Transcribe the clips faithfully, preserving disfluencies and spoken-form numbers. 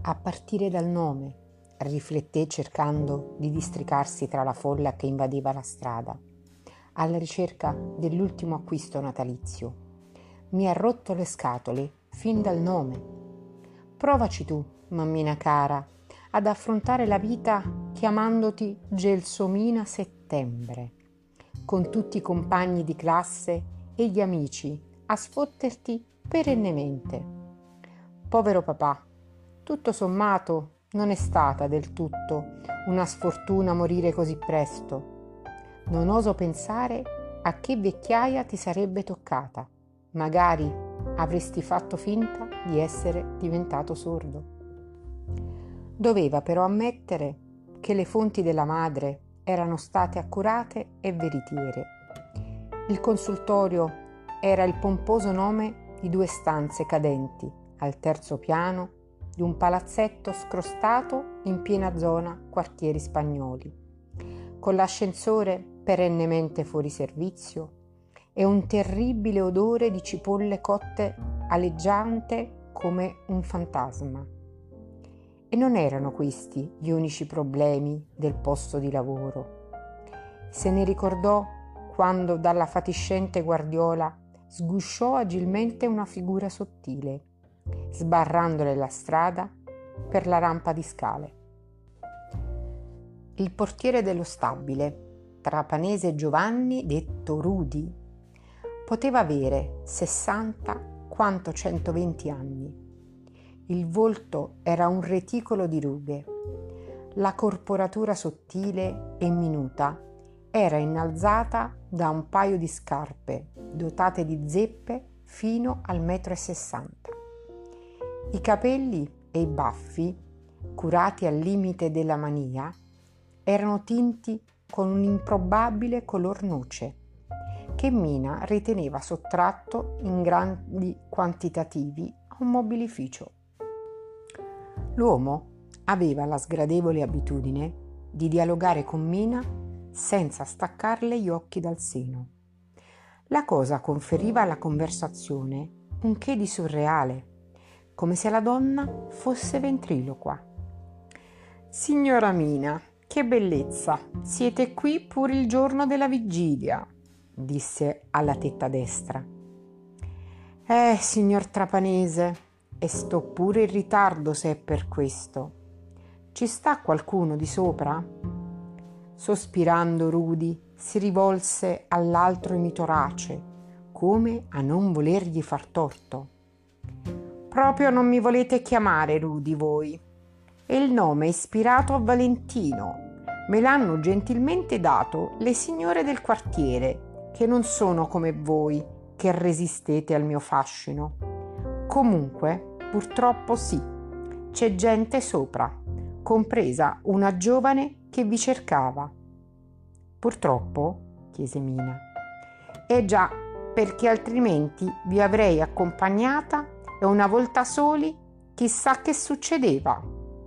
A partire dal nome, rifletté cercando di districarsi tra la folla che invadeva la strada, alla ricerca dell'ultimo acquisto natalizio. Mi ha rotto le scatole fin dal nome. Provaci tu, mammina cara, ad affrontare la vita chiamandoti Gelsomina Settembre, con tutti i compagni di classe e gli amici a sfotterti perennemente. Povero papà, tutto sommato non è stata del tutto una sfortuna morire così presto. Non oso pensare a che vecchiaia ti sarebbe toccata. Magari avresti fatto finta di essere diventato sordo. Doveva però ammettere che le fonti della madre erano state accurate e veritiere. Il consultorio era il pomposo nome di due stanze cadenti al terzo piano di un palazzetto scrostato in piena zona quartieri spagnoli, con l'ascensore perennemente fuori servizio e un terribile odore di cipolle cotte aleggiante come un fantasma. E non erano questi gli unici problemi del posto di lavoro. Se ne ricordò quando dalla fatiscente guardiola sgusciò agilmente una figura sottile, sbarrandole la strada per la rampa di scale. Il portiere dello stabile, trapanese Giovanni detto Rudi, poteva avere sessanta quanto centoventi anni. Il volto era un reticolo di rughe. La corporatura sottile e minuta era innalzata da un paio di scarpe dotate di zeppe fino al metro e sessanta. I capelli e i baffi, curati al limite della mania, erano tinti con un improbabile color noce, che Mina riteneva sottratto in grandi quantitativi a un mobilificio. L'uomo aveva la sgradevole abitudine di dialogare con Mina senza staccarle gli occhi dal seno. La cosa conferiva alla conversazione un che di surreale, come se la donna fosse ventriloqua. «Signora Mina, che bellezza! Siete qui pure il giorno della vigilia», disse alla tetta destra. «Eh, signor Trapanese, e sto pure in ritardo se è per questo. Ci sta qualcuno di sopra?» Sospirando Rudi si rivolse all'altro emitorace, come a non volergli far torto. «Proprio non mi volete chiamare Rudi voi? E il nome è ispirato a Valentino. Me l'hanno gentilmente dato le signore del quartiere, che non sono come voi, che resistete al mio fascino. Comunque, purtroppo sì, c'è gente sopra, compresa una giovane che vi cercava». «Purtroppo?» chiese Mina. «Eh già, perché altrimenti vi avrei accompagnata e una volta soli chissà che succedeva».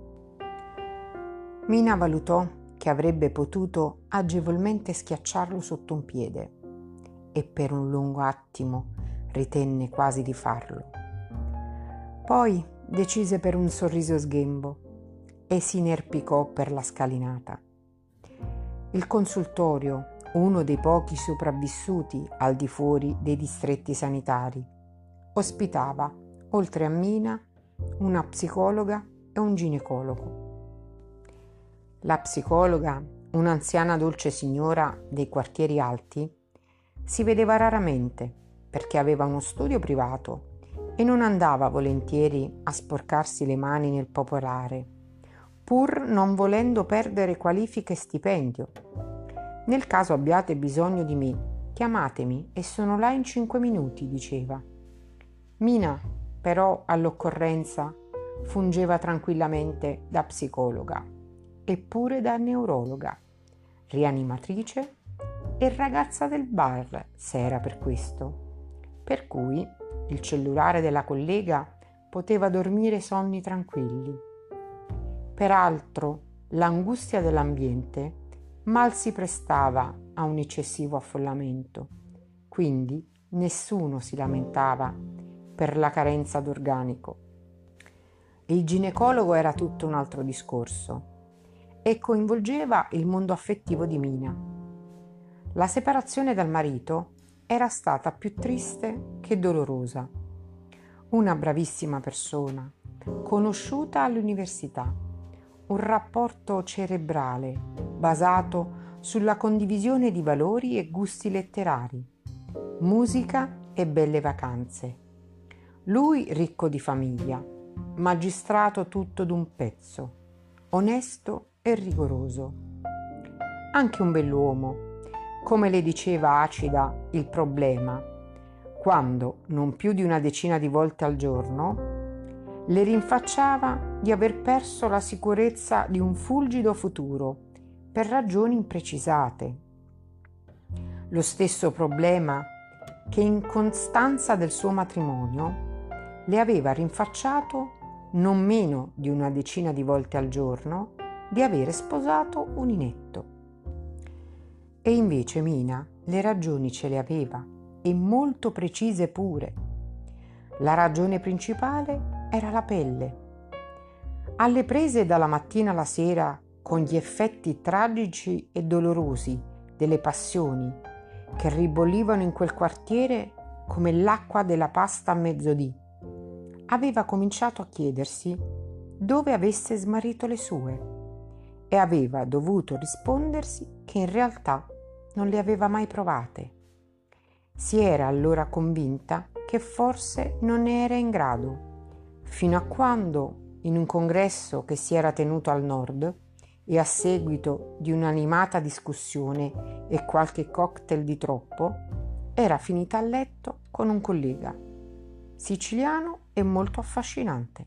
Mina valutò che avrebbe potuto agevolmente schiacciarlo sotto un piede e per un lungo attimo ritenne quasi di farlo. Poi decise per un sorriso sghembo e si inerpicò per la scalinata. Il consultorio, uno dei pochi sopravvissuti al di fuori dei distretti sanitari, ospitava, oltre a Mina, una psicologa e un ginecologo. La psicologa, un'anziana dolce signora dei quartieri alti, si vedeva raramente perché aveva uno studio privato e non andava volentieri a sporcarsi le mani nel popolare, pur non volendo perdere qualifiche e stipendio. «Nel caso abbiate bisogno di me, chiamatemi e sono là in cinque minuti», diceva. Mina, però, all'occorrenza, fungeva tranquillamente da psicologa, eppure da neurologa, rianimatrice e ragazza del bar, se era per questo. Per cui il cellulare della collega poteva dormire sonni tranquilli. Peraltro, l'angustia dell'ambiente mal si prestava a un eccessivo affollamento, quindi nessuno si lamentava per la carenza d'organico. Il ginecologo era tutto un altro discorso e coinvolgeva il mondo affettivo di Mina. La separazione dal marito era stata più triste che dolorosa. Una bravissima persona, conosciuta all'università, un rapporto cerebrale basato sulla condivisione di valori e gusti letterari, musica e belle vacanze. Lui ricco di famiglia, magistrato tutto d'un pezzo, onesto e rigoroso. Anche un bell'uomo, come le diceva Acida il problema, quando, non più di una decina di volte al giorno, le rinfacciava di aver perso la sicurezza di un fulgido futuro per ragioni imprecisate. Lo stesso problema che in costanza del suo matrimonio le aveva rinfacciato non meno di una decina di volte al giorno di avere sposato un inetto. E invece Mina le ragioni ce le aveva, e molto precise pure. La ragione principale era la pelle. Alle prese dalla mattina alla sera con gli effetti tragici e dolorosi delle passioni che ribollivano in quel quartiere come l'acqua della pasta a mezzodì, aveva cominciato a chiedersi dove avesse smarrito le sue e aveva dovuto rispondersi che in realtà non le aveva mai provate. Si era allora convinta che forse non ne era in grado, fino a quando, in un congresso che si era tenuto al nord e a seguito di un'animata discussione e qualche cocktail di troppo, era finita a letto con un collega, siciliano e molto affascinante.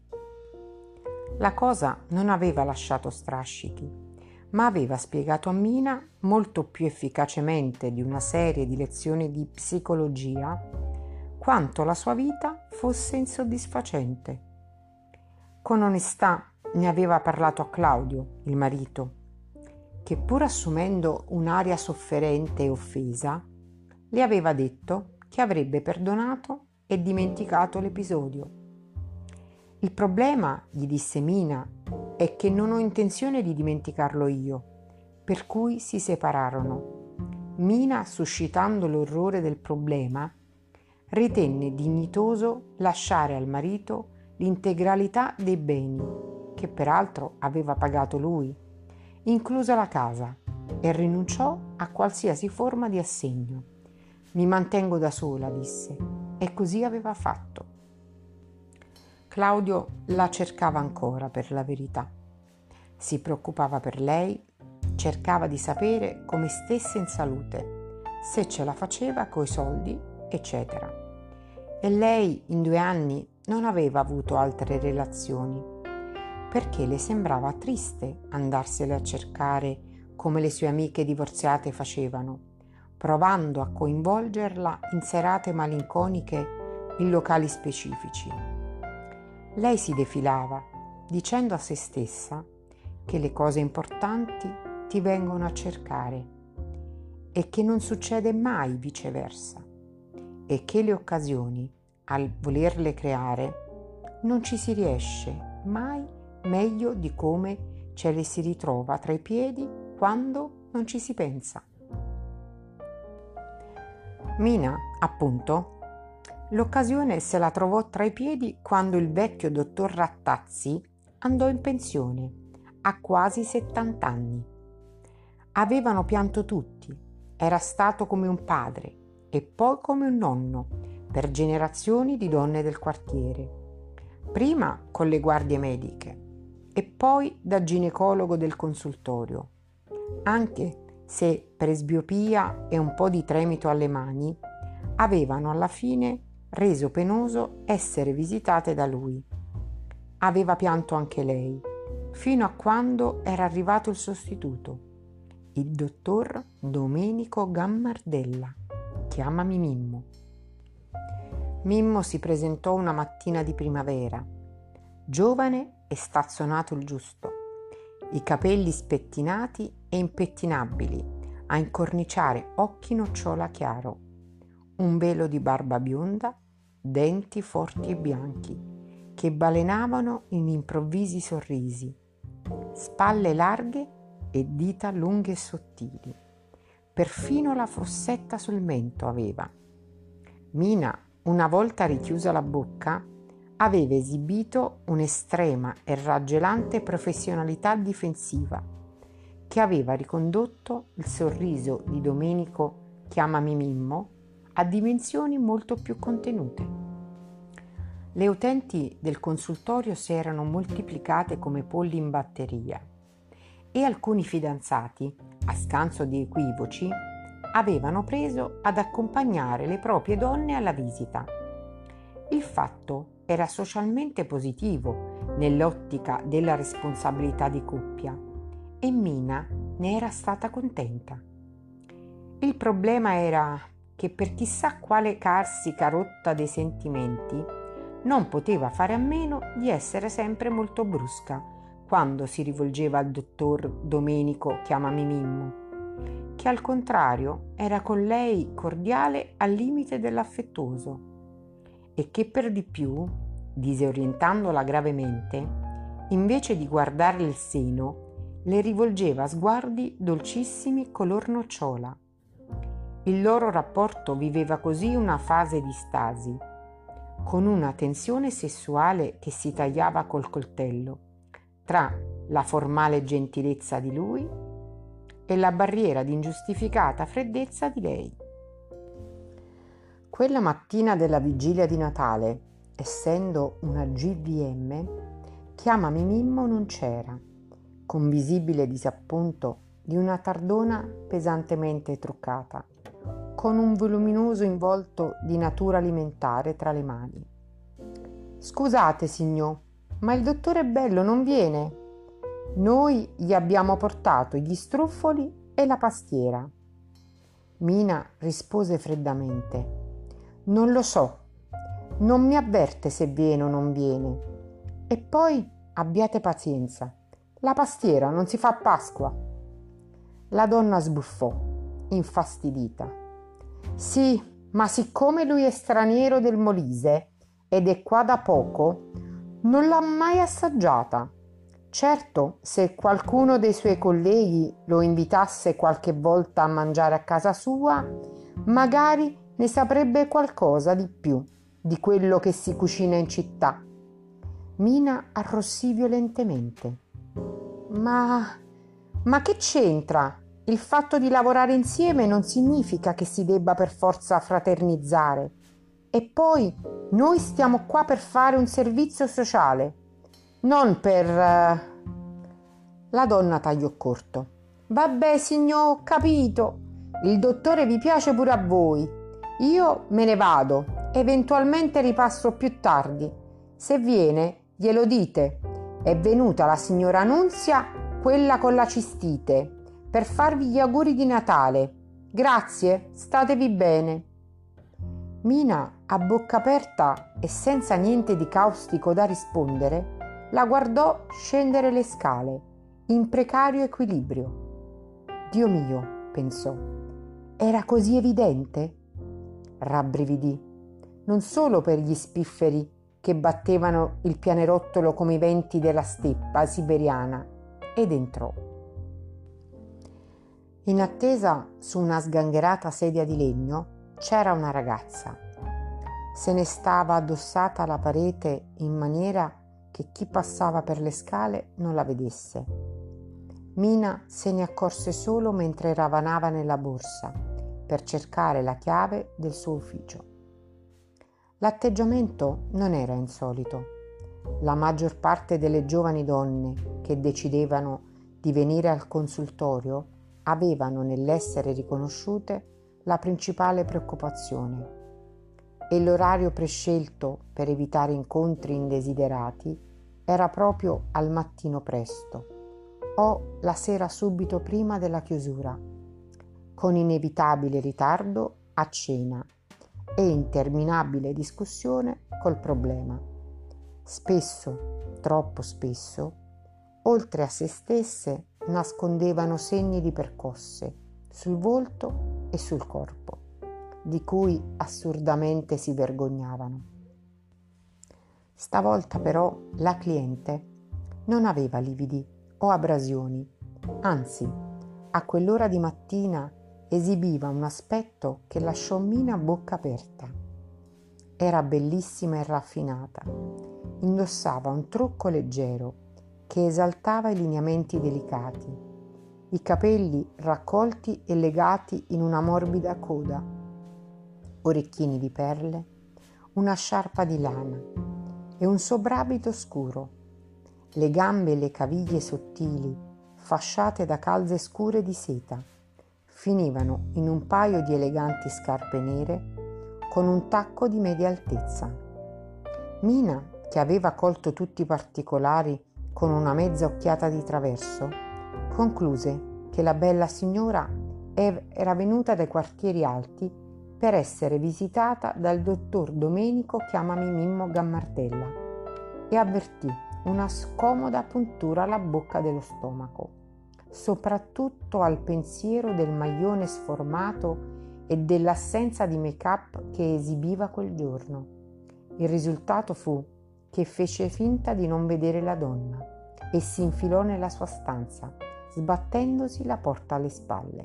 La cosa non aveva lasciato strascichi, ma aveva spiegato a Mina, molto più efficacemente di una serie di lezioni di psicologia, quanto la sua vita fosse insoddisfacente. Con onestà ne aveva parlato a Claudio, il marito, che pur assumendo un'aria sofferente e offesa, le aveva detto che avrebbe perdonato e dimenticato l'episodio. Il problema, gli disse Mina, è che non ho intenzione di dimenticarlo io, per cui si separarono. Mina, suscitando l'orrore del problema, ritenne dignitoso lasciare al marito l'integralità dei beni, che peraltro aveva pagato lui, inclusa la casa, e rinunciò a qualsiasi forma di assegno. Mi mantengo da sola, disse, e così aveva fatto. Claudio la cercava ancora, per la verità. Si preoccupava per lei, cercava di sapere come stesse in salute, se ce la faceva coi soldi, eccetera. E lei in due anni non aveva avuto altre relazioni, perché le sembrava triste andarsene a cercare come le sue amiche divorziate facevano, provando a coinvolgerla in serate malinconiche in locali specifici. Lei si defilava, dicendo a se stessa che le cose importanti ti vengono a cercare e che non succede mai viceversa, e che le occasioni, al volerle creare, non ci si riesce mai meglio di come ce le si ritrova tra i piedi quando non ci si pensa. Mina, appunto, l'occasione se la trovò tra i piedi quando il vecchio dottor Rattazzi andò in pensione a quasi settanta anni. Avevano pianto tutti, era stato come un padre e poi come un nonno per generazioni di donne del quartiere, prima con le guardie mediche e poi da ginecologo del consultorio, anche se presbiopia e un po' di tremito alle mani avevano alla fine reso penoso essere visitate da lui. Aveva pianto anche lei, fino a quando era arrivato il sostituto, il dottor Domenico Gammardella, chiamami Mimmo. Mimmo si presentò una mattina di primavera, giovane e stazzonato il giusto, i capelli spettinati e impettinabili, a incorniciare occhi nocciola chiaro, un velo di barba bionda, denti forti e bianchi, che balenavano in improvvisi sorrisi, spalle larghe e dita lunghe e sottili. Perfino la fossetta sul mento aveva. Mina, una volta richiusa la bocca, aveva esibito un'estrema e raggelante professionalità difensiva che aveva ricondotto il sorriso di Domenico Chiamami Mimmo a dimensioni molto più contenute. Le utenti del consultorio si erano moltiplicate come polli in batteria e alcuni fidanzati, a scanso di equivoci, avevano preso ad accompagnare le proprie donne alla visita. Il fatto era socialmente positivo nell'ottica della responsabilità di coppia e Mina ne era stata contenta. Il problema era che per chissà quale carsica rotta dei sentimenti non poteva fare a meno di essere sempre molto brusca quando si rivolgeva al dottor Domenico Chiamami Mimmo, che al contrario era con lei cordiale al limite dell'affettuoso e che per di più, disorientandola gravemente, invece di guardarle il seno, le rivolgeva sguardi dolcissimi color nocciola. Il loro rapporto viveva così una fase di stasi, con una tensione sessuale che si tagliava col coltello, tra la formale gentilezza di lui e la barriera di ingiustificata freddezza di lei. Quella mattina della vigilia di Natale, essendo una G V M, Chiamami Mimmo non c'era, con visibile disappunto di una tardona pesantemente truccata, con un voluminoso involto di natura alimentare tra le mani. «Scusate, signor, ma il dottore Bello non viene? Noi gli abbiamo portato gli struffoli e la pastiera». Mina rispose freddamente: «Non lo so, non mi avverte se viene o non viene. E poi abbiate pazienza, la pastiera non si fa a Pasqua». La donna sbuffò, infastidita. «Sì, ma siccome lui è straniero del Molise ed è qua da poco, non l'ha mai assaggiata. Certo, se qualcuno dei suoi colleghi lo invitasse qualche volta a mangiare a casa sua, magari ne saprebbe qualcosa di più di quello che si cucina in città». Mina arrossì violentemente. Ma... ma che c'entra? Il fatto di lavorare insieme non significa che si debba per forza fraternizzare. E poi noi stiamo qua per fare un servizio sociale, non per... La donna tagliò corto. «Vabbè, signor, ho capito. Il dottore vi piace pure a voi. Io me ne vado, eventualmente ripasso più tardi. Se viene, glielo dite. È venuta la signora Nunzia, quella con la cistite, per farvi gli auguri di Natale. Grazie, statevi bene». Mina, a bocca aperta e senza niente di caustico da rispondere, la guardò scendere le scale, in precario equilibrio. «Dio mio», pensò, «era così evidente?» Rabbrividì, non solo per gli spifferi che battevano il pianerottolo come i venti della steppa siberiana, ed entrò. In attesa, su una sgangherata sedia di legno, c'era una ragazza. Se ne stava addossata alla parete in maniera che chi passava per le scale non la vedesse. Mina se ne accorse solo mentre ravanava nella borsa per cercare la chiave del suo ufficio. L'atteggiamento non era insolito. La maggior parte delle giovani donne che decidevano di venire al consultorio avevano nell'essere riconosciute la principale preoccupazione, e l'orario prescelto per evitare incontri indesiderati era proprio al mattino presto o la sera subito prima della chiusura, con inevitabile ritardo a cena e interminabile discussione col problema. Spesso, troppo spesso, oltre a se stesse nascondevano segni di percosse sul volto e sul corpo, di cui assurdamente si vergognavano. Stavolta però la cliente non aveva lividi o abrasioni, anzi, a quell'ora di mattina esibiva un aspetto che lasciò Mina a bocca aperta. Era bellissima e raffinata, indossava un trucco leggero che esaltava i lineamenti delicati, i capelli raccolti e legati in una morbida coda, orecchini di perle, una sciarpa di lana e un soprabito scuro. Le gambe e le caviglie sottili, fasciate da calze scure di seta, finivano in un paio di eleganti scarpe nere con un tacco di media altezza. Mina, che aveva colto tutti i particolari con una mezza occhiata di traverso, concluse che la bella signora era venuta dai quartieri alti per essere visitata dal dottor Domenico Chiamami Mimmo Gammartella e avvertì una scomoda puntura alla bocca dello stomaco, soprattutto al pensiero del maglione sformato e dell'assenza di make-up che esibiva quel giorno. Il risultato fu che fece finta di non vedere la donna e si infilò nella sua stanza, sbattendosi la porta alle spalle.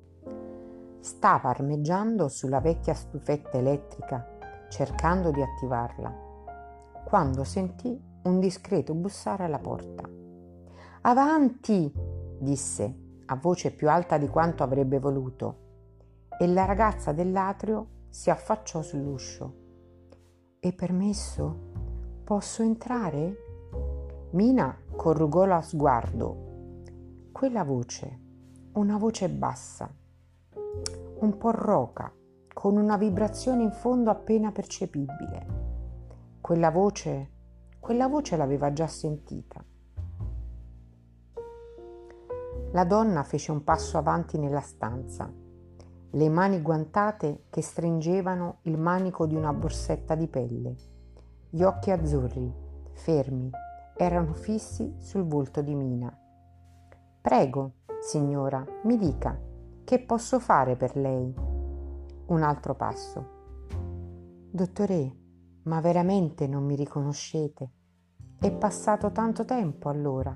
Stava armeggiando sulla vecchia stufetta elettrica, cercando di attivarla, quando sentì un discreto bussare alla porta. «Avanti!» disse, a voce più alta di quanto avrebbe voluto, e la ragazza dell'atrio si affacciò sull'uscio. «È permesso? Posso entrare?» Mina corrugò lo sguardo. Quella voce, una voce bassa, un po' roca, con una vibrazione in fondo appena percepibile. Quella voce, quella voce l'aveva già sentita. La donna fece un passo avanti nella stanza, le mani guantate che stringevano il manico di una borsetta di pelle. Gli occhi azzurri, fermi, erano fissi sul volto di Mina. «Prego, signora, mi dica, che posso fare per lei?» Un altro passo. «Dottore, ma veramente non mi riconoscete? È passato tanto tempo allora?»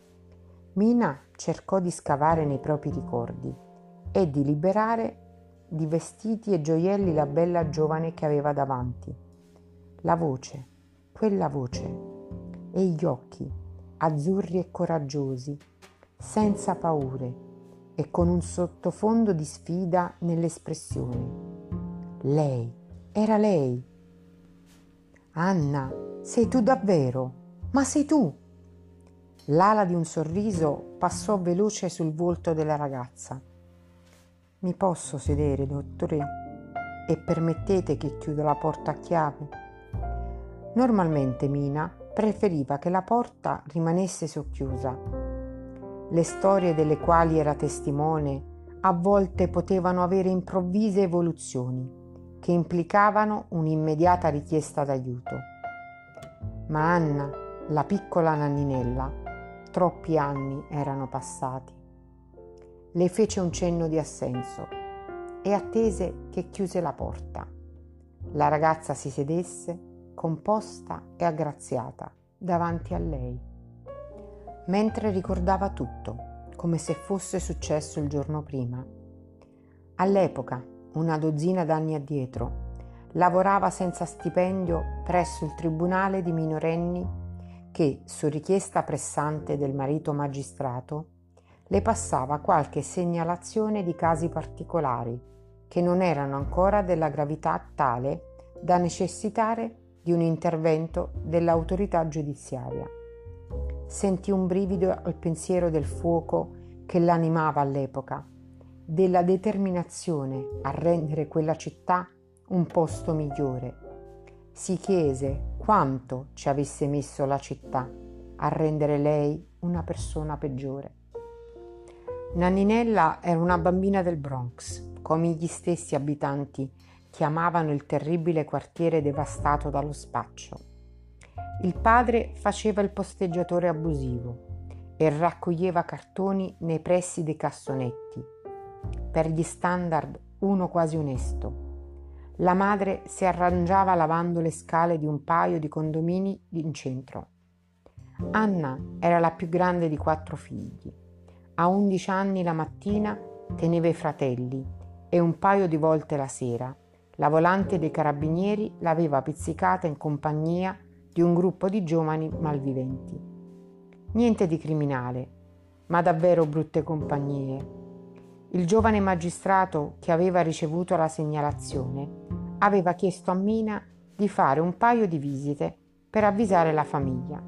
Mina cercò di scavare nei propri ricordi e di liberare di vestiti e gioielli la bella giovane che aveva davanti. La voce, quella voce, e gli occhi, azzurri e coraggiosi, senza paure e con un sottofondo di sfida nell'espressione. Lei, era lei. «Anna, sei tu davvero? Ma sei tu?» L'ala di un sorriso passò veloce sul volto della ragazza. «Mi posso sedere, dottore? E permettete che chiuda la porta a chiave?» Normalmente Mina preferiva che la porta rimanesse socchiusa. Le storie delle quali era testimone a volte potevano avere improvvise evoluzioni che implicavano un'immediata richiesta d'aiuto. Ma Anna, la piccola Nanninella, troppi anni erano passati. Le fece un cenno di assenso e attese che chiuse la porta. La ragazza si sedesse, composta e aggraziata, davanti a lei, mentre ricordava tutto, come se fosse successo il giorno prima. All'epoca, una dozzina d'anni addietro, lavorava senza stipendio presso il tribunale di minorenni che, su richiesta pressante del marito magistrato, le passava qualche segnalazione di casi particolari che non erano ancora della gravità tale da necessitare di un intervento dell'autorità giudiziaria. Sentì un brivido al pensiero del fuoco che l'animava all'epoca, della determinazione a rendere quella città un posto migliore. Si chiese quanto ci avesse messo la città a rendere lei una persona peggiore. Nanninella era una bambina del Bronx, come gli stessi abitanti chiamavano il terribile quartiere devastato dallo spaccio. Il padre faceva il posteggiatore abusivo e raccoglieva cartoni nei pressi dei cassonetti, per gli standard uno quasi onesto. La madre si arrangiava lavando le scale di un paio di condomini in centro. Anna era la più grande di quattro figli. A undici anni la mattina teneva i fratelli e un paio di volte la sera la volante dei carabinieri l'aveva pizzicata in compagnia di un gruppo di giovani malviventi. Niente di criminale, ma davvero brutte compagnie. Il giovane magistrato che aveva ricevuto la segnalazione aveva chiesto a Mina di fare un paio di visite per avvisare la famiglia.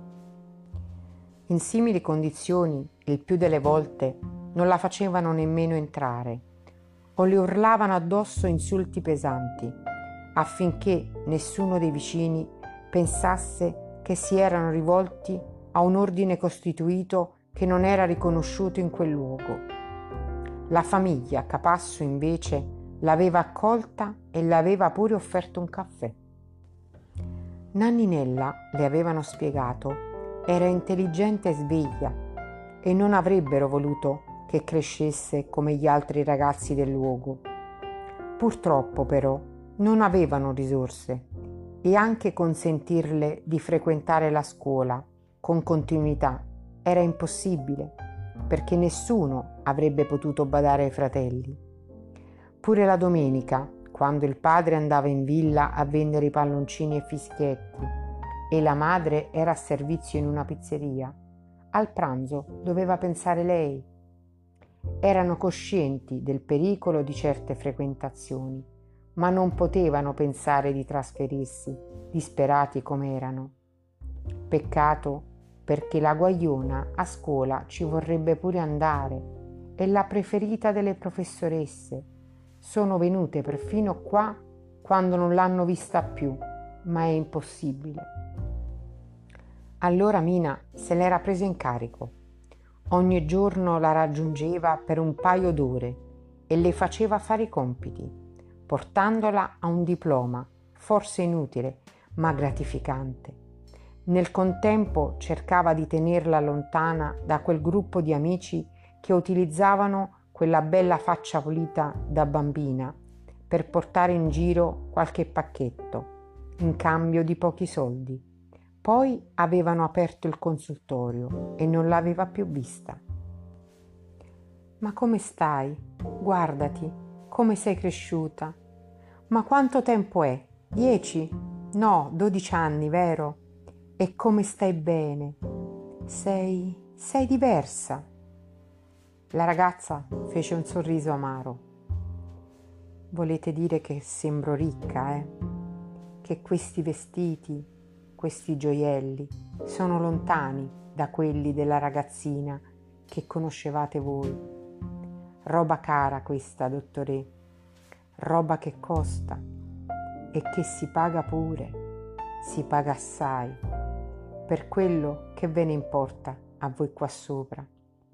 In simili condizioni, il più delle volte, non la facevano nemmeno entrare o le urlavano addosso insulti pesanti, affinché nessuno dei vicini pensasse che si erano rivolti a un ordine costituito che non era riconosciuto in quel luogo. La famiglia Capasso invece l'aveva accolta e le aveva pure offerto un caffè. Nanninella, le avevano spiegato, era intelligente e sveglia e non avrebbero voluto che crescesse come gli altri ragazzi del luogo. Purtroppo però non avevano risorse e anche consentirle di frequentare la scuola con continuità era impossibile, perché nessuno avrebbe potuto badare ai fratelli. Pure la domenica, quando il padre andava in villa a vendere i palloncini e fischietti e la madre era a servizio in una pizzeria, al pranzo doveva pensare lei. Erano coscienti del pericolo di certe frequentazioni, ma non potevano pensare di trasferirsi, disperati come erano. Peccato, perché la guagliona a scuola ci vorrebbe pure andare, è la preferita delle professoresse. Sono venute perfino qua quando non l'hanno vista più, ma è impossibile. Allora Mina se l'era presa in carico. Ogni giorno la raggiungeva per un paio d'ore e le faceva fare i compiti, portandola a un diploma, forse inutile, ma gratificante. Nel contempo cercava di tenerla lontana da quel gruppo di amici che utilizzavano quella bella faccia pulita da bambina per portare in giro qualche pacchetto, in cambio di pochi soldi. Poi avevano aperto il consultorio e non l'aveva più vista. Ma come stai? Guardati, come sei cresciuta. Ma quanto tempo è? Dieci? No, dodici anni, vero? E come stai bene? Sei... sei diversa. La ragazza fece un sorriso amaro. Volete dire che sembro ricca, eh? Che questi vestiti, questi gioielli sono lontani da quelli della ragazzina che conoscevate voi. Roba cara questa, dottoré, roba che costa e che si paga pure, si paga assai, per quello che ve ne importa a voi qua sopra.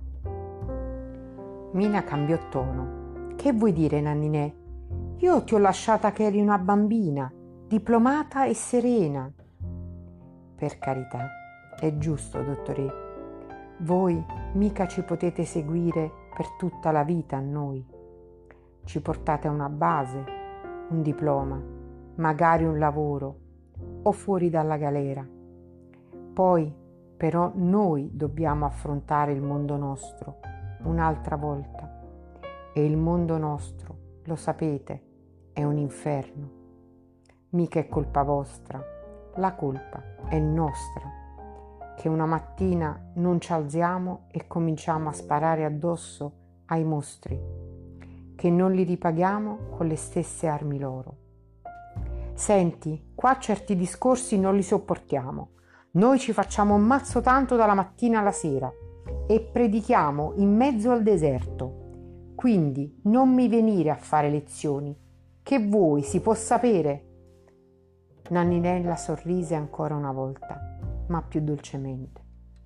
Mina cambiò tono. Che vuoi dire, Nanninè? Io ti ho lasciata che eri una bambina, diplomata e serena. Per carità, è giusto, dottoré. Voi mica ci potete seguire per tutta la vita a noi. Ci portate a una base, un diploma, magari un lavoro o fuori dalla galera. Poi, però, noi dobbiamo affrontare il mondo nostro un'altra volta. E il mondo nostro, lo sapete, è un inferno. Mica è colpa vostra. La colpa è nostra, che una mattina non ci alziamo e cominciamo a sparare addosso ai mostri, che non li ripaghiamo con le stesse armi loro. Senti, qua certi discorsi non li sopportiamo. Noi ci facciamo un mazzo tanto dalla mattina alla sera e predichiamo in mezzo al deserto. Quindi non mi venire a fare lezioni, che voi si può sapere. Nanninella sorrise ancora una volta, ma più dolcemente.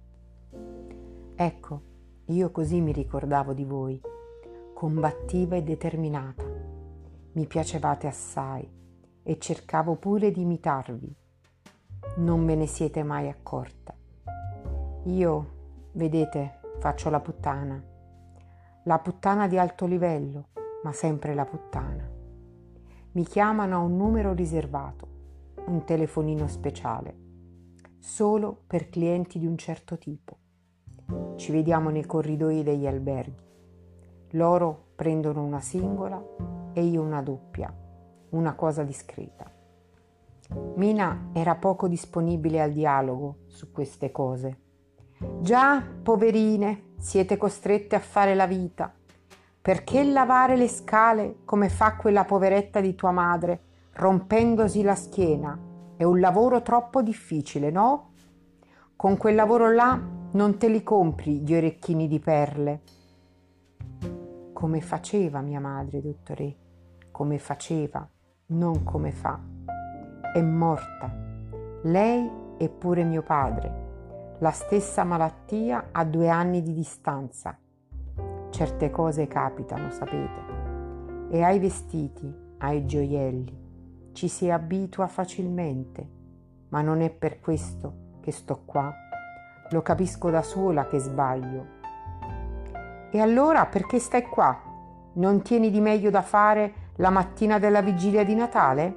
Ecco, io così mi ricordavo di voi, combattiva e determinata. Mi piacevate assai e cercavo pure di imitarvi. Non ve ne siete mai accorta. Io, vedete, faccio la puttana. La puttana di alto livello, ma sempre la puttana. Mi chiamano a un numero riservato, un telefonino speciale, solo per clienti di un certo tipo. Ci vediamo nei corridoi degli alberghi. Loro prendono una singola e io una doppia, una cosa discreta. Mina era poco disponibile al dialogo su queste cose. Già, poverine, siete costrette a fare la vita. Perché lavare le scale come fa quella poveretta di tua madre, rompendosi la schiena? È un lavoro troppo difficile, no? Con quel lavoro là non te li compri gli orecchini di perle. Come faceva mia madre, dottore? Come faceva, non come fa. È morta. Lei e pure mio padre. La stessa malattia a due anni di distanza. Certe cose capitano, sapete. E ai vestiti, ai gioielli, ci si abitua facilmente, ma non è per questo che sto qua. Lo capisco da sola che sbaglio. E allora perché stai qua? Non tieni di meglio da fare la mattina della vigilia di Natale?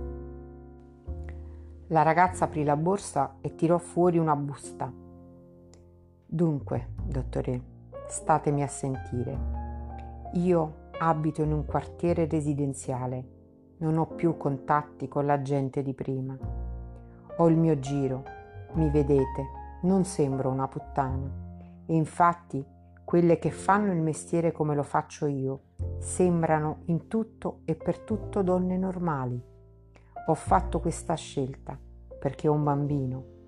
La ragazza aprì la borsa e tirò fuori una busta. Dunque, dottore, statemi a sentire. Io abito in un quartiere residenziale, non ho più contatti con la gente di prima. Ho il mio giro, mi vedete, non sembro una puttana. E infatti, quelle che fanno il mestiere come lo faccio io, sembrano in tutto e per tutto donne normali. Ho fatto questa scelta perché ho un bambino